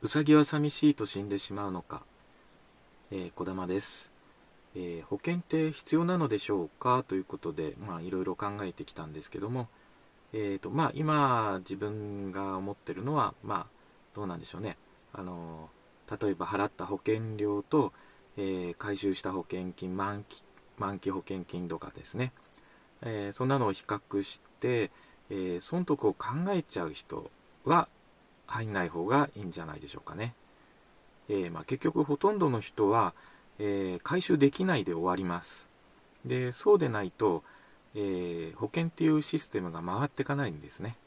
うさぎは寂しいと死んでしまうのか。小玉です。保険って必要なのでしょうかということで、いろいろ考えてきたんですけども、今自分が思ってるのは、どうなんでしょうね。例えば払った保険料と、回収した保険金、満期保険金とかですね。そんなのを比較して、損得を考えちゃう人は入んない方がいいんじゃないでしょうかね。結局ほとんどの人は、回収できないで終わります。で、そうでないと、保険っていうシステムが回っていかないんですね。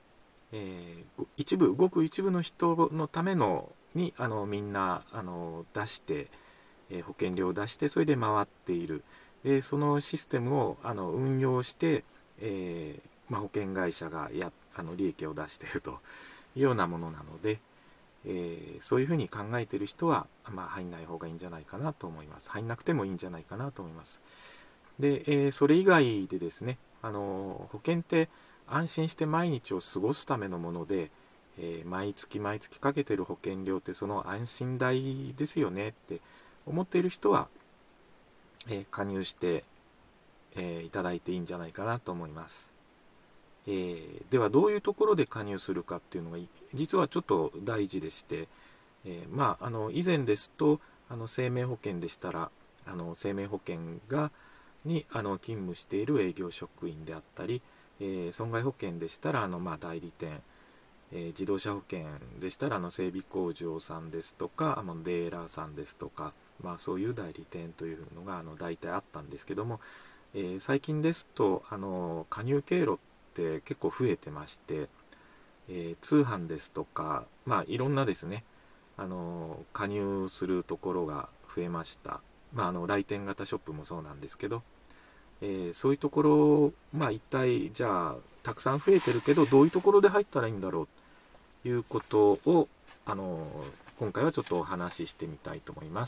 ごく一部の人のためのにみんな出して、保険料を出してそれで回っている。でそのシステムを運用して、保険会社が利益を出しているというようなものなので、そういうふうに考えている人は、入んない方がいいんじゃないかなと思います。入んなくてもいいんじゃないかなと思います。で、それ以外でですね、保険って安心して毎日を過ごすためのもので、毎月毎月かけてる保険料ってその安心代ですよねって思っている人は、加入して、いただいていいんじゃないかなと思います。ではどういうところで加入するかっていうのが実はちょっと大事でして、以前ですと生命保険でしたら生命保険に勤務している営業職員であったり、損害保険でしたら代理店、自動車保険でしたら整備工場さんですとかデーラーさんですとか、そういう代理店というのが大体あったんですけども、最近ですと加入経路って結構増えてまして、通販ですとか、いろんなですね加入するところが増えました。来店型ショップもそうなんですけど、そういうところ、一体じゃあたくさん増えてるけどどういうところで入ったらいいんだろうということを今回はちょっとお話ししてみたいと思います。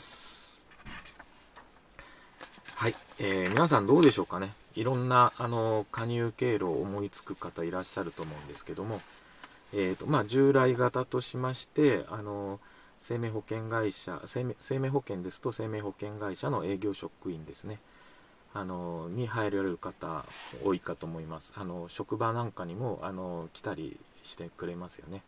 はい、皆さんどうでしょうかね。いろんな加入経路を思いつく方いらっしゃると思うんですけども、従来型としまして生命保険会社生命保険ですと生命保険会社の営業職員ですねに入られる方多いかと思います。職場なんかにも来たりしてくれますよね。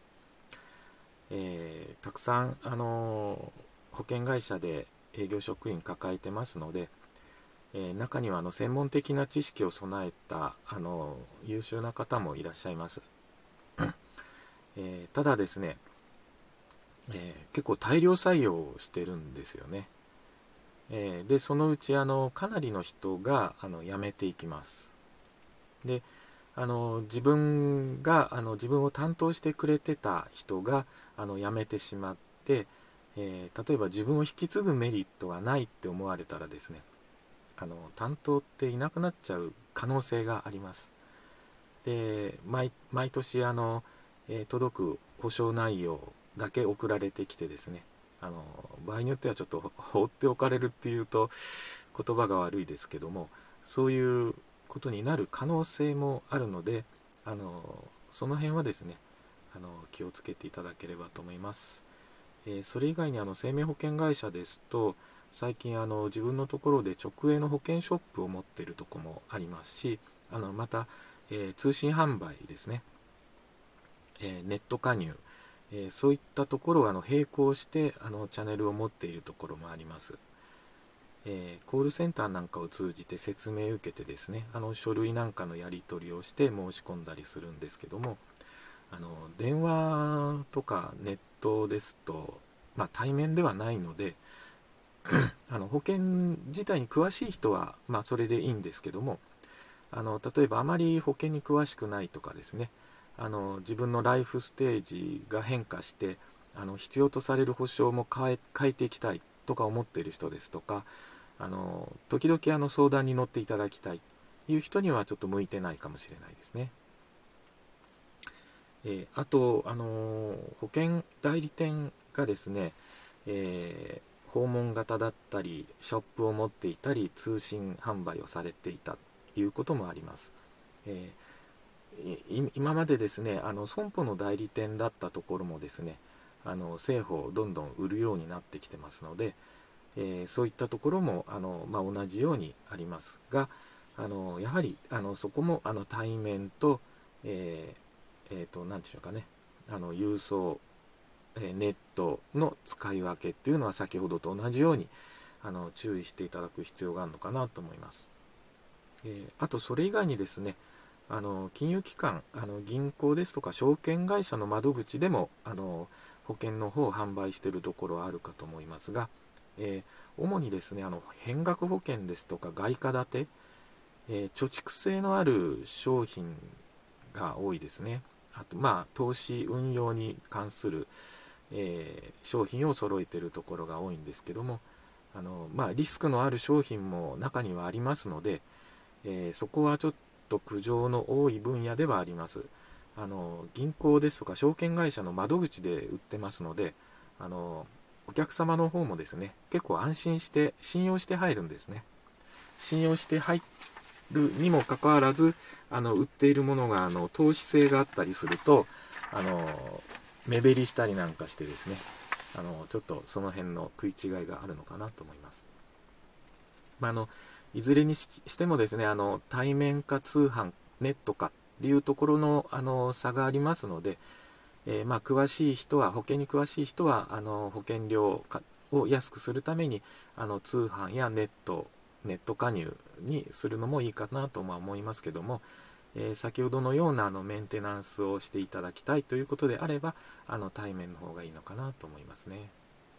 たくさん保険会社で営業職員抱えてますので、中には専門的な知識を備えた優秀な方もいらっしゃいます。ただですね、結構大量採用をしてるんですよね。でそのうちかなりの人が辞めていきます。で自分を担当してくれてた人が辞めてしまって、例えば自分を引き継ぐメリットがないって思われたらですね担当っていなくなっちゃう可能性があります。で毎年届く保証内容だけ送られてきてですね場合によってはちょっと放っておかれるっていうと言葉が悪いですけども、そういうことになる可能性もあるのでその辺はですね気をつけていただければと思います。それ以外に生命保険会社ですと最近自分のところで直営の保険ショップを持っているところもありますしまた、通信販売ですね、ネット加入、そういったところを並行してチャンネルを持っているところもあります。コールセンターなんかを通じて説明を受けてですね書類なんかのやり取りをして申し込んだりするんですけども電話とかネットですと、対面ではないので保険自体に詳しい人は、それでいいんですけども例えばあまり保険に詳しくないとかですね自分のライフステージが変化して必要とされる保証も変えていきたいとか思っている人ですとか時々相談に乗っていただきたいという人にはちょっと向いてないかもしれないですね。あと、保険代理店がですね、訪問型だったりショップを持っていたり通信販売をされていたということもあります。え今までですね損保の代理店だったところもですね生保をどんどん売るようになってきてますので、そういったところも同じようにありますが、やはりそこも対面と、何でしょうかね、郵送、ネットの使い分けっていうのは先ほどと同じように注意していただく必要があるのかなと思います。あとそれ以外にですね、金融機関、銀行ですとか証券会社の窓口でも保険の方を販売しているところはあるかと思いますが、主にですね、変額保険ですとか外貨建て、貯蓄性のある商品が多いですね。あと投資運用に関する、商品を揃えているところが多いんですけども、リスクのある商品も中にはありますので、そこはちょっと苦情の多い分野ではあります。銀行ですとか証券会社の窓口で売ってますので、お客様の方もですね、結構安心して信用して入るんですね。信用して入るにもかかわらず、売っているものが投資性があったりすると、目減りしたりなんかしてですね、ちょっとその辺の食い違いがあるのかなと思います。いずれにしてもですね、対面か通販、ネットかっていうところの差がありますので、詳しい人は、保険に詳しい人は保険料を安くするために通販やネット加入にするのもいいかなと思いますけども、先ほどのようなメンテナンスをしていただきたいということであれば対面の方がいいのかなと思いますね。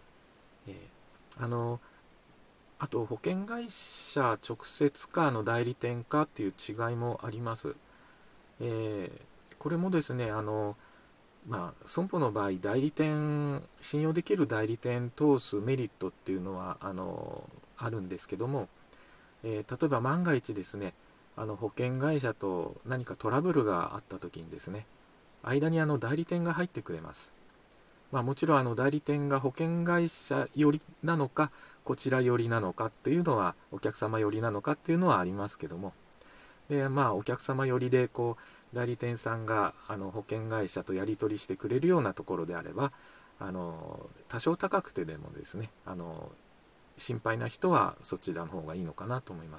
あと保険会社直接か代理店かっていう違いもあります。これもですね、損保の場合、信用できる代理店通すメリットっていうのはあるんですけども、例えば万が一ですね、保険会社と何かトラブルがあった時にですね、間に代理店が入ってくれます。もちろん代理店が保険会社寄りなのか、こちら寄りなのかっていうのは、お客様寄りなのかっていうのはありますけども、でお客様寄りで代理店さんが保険会社とやり取りしてくれるようなところであれば、多少高くてでもですね、心配な人はそちらの方がいいのかなと思います。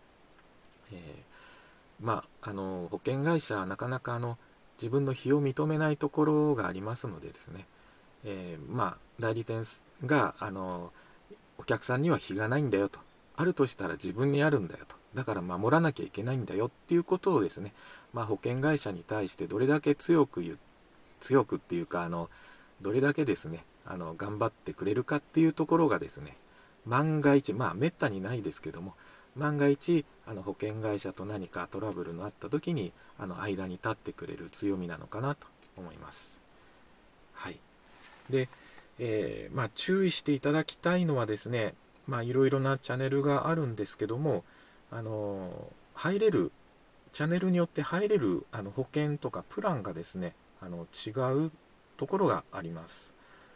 保険会社はなかなか自分の非を認めないところがありますのでですね、代理店がお客さんには非がないんだよと、あるとしたら自分にあるんだよと、だから守らなきゃいけないんだよっていうことをですね、保険会社に対してどれだけ強くっていうかどれだけですね頑張ってくれるかっていうところがですね、万が一めったにないですけども、万が一保険会社と何かトラブルのあった時に間に立ってくれる強みなのかなと思います。はい。で、注意していただきたいのはですね、いろいろなチャンネルがあるんですけども、入れるチャンネルによって入れる保険とかプランがですね違うところがあります。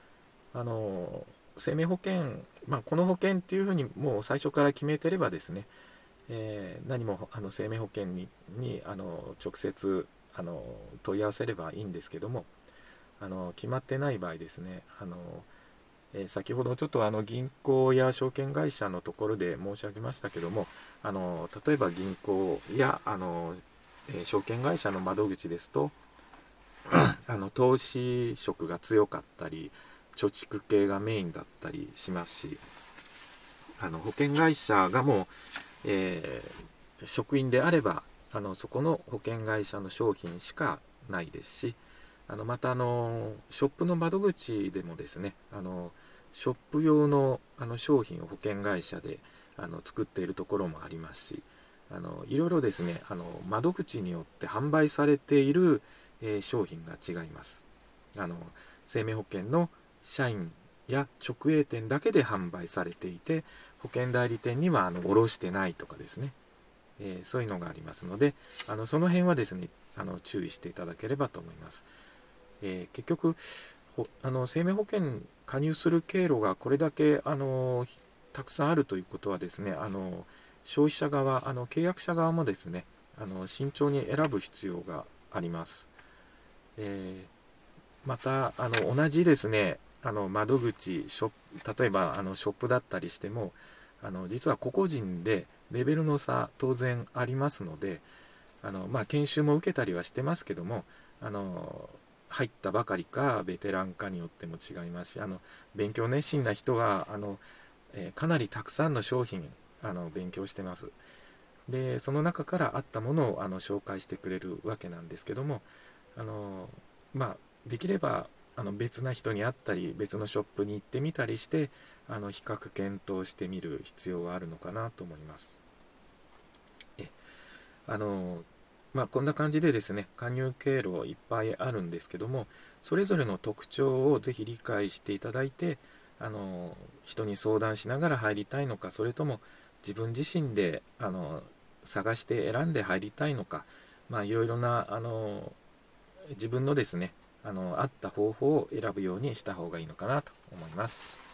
生命保険、この保険っていうふうにもう最初から決めてればですね、何も生命保険に直接問い合わせればいいんですけども、決まってない場合ですね、先ほどちょっと銀行や証券会社のところで申し上げましたけども、例えば銀行や証券会社の窓口ですと投資色が強かったり貯蓄系がメインだったりしますし、保険会社がもう、職員であればそこの保険会社の商品しかないですし、またショップの窓口でもですねショップ用の商品を保険会社で作っているところもありますし、いろいろですね窓口によって販売されている、商品が違います。生命保険の社員や直営店だけで販売されていて、保険代理店には卸してないとかですね、そういうのがありますのでその辺はですね注意していただければと思います。結局生命保険加入する経路がこれだけたくさんあるということはですね消費者側契約者側もですね慎重に選ぶ必要があります。 また同じですね窓口例えばショップだったりしても実は個々人でレベルの差当然ありますので研修も受けたりはしてますけども入ったばかりかベテランかによっても違いますし勉強熱心な人はかなりたくさんの商品勉強してます。でその中からあったものを紹介してくれるわけなんですけどもあの、できれば別な人に会ったり別のショップに行ってみたりして比較検討してみる必要はあるのかなと思います。えあのこんな感じでですね加入経路いっぱいあるんですけどもそれぞれの特徴をぜひ理解していただいて人に相談しながら入りたいのかそれとも自分自身で探して選んで入りたいのかいろいろな自分のですね合った方法を選ぶようにした方がいいのかなと思います。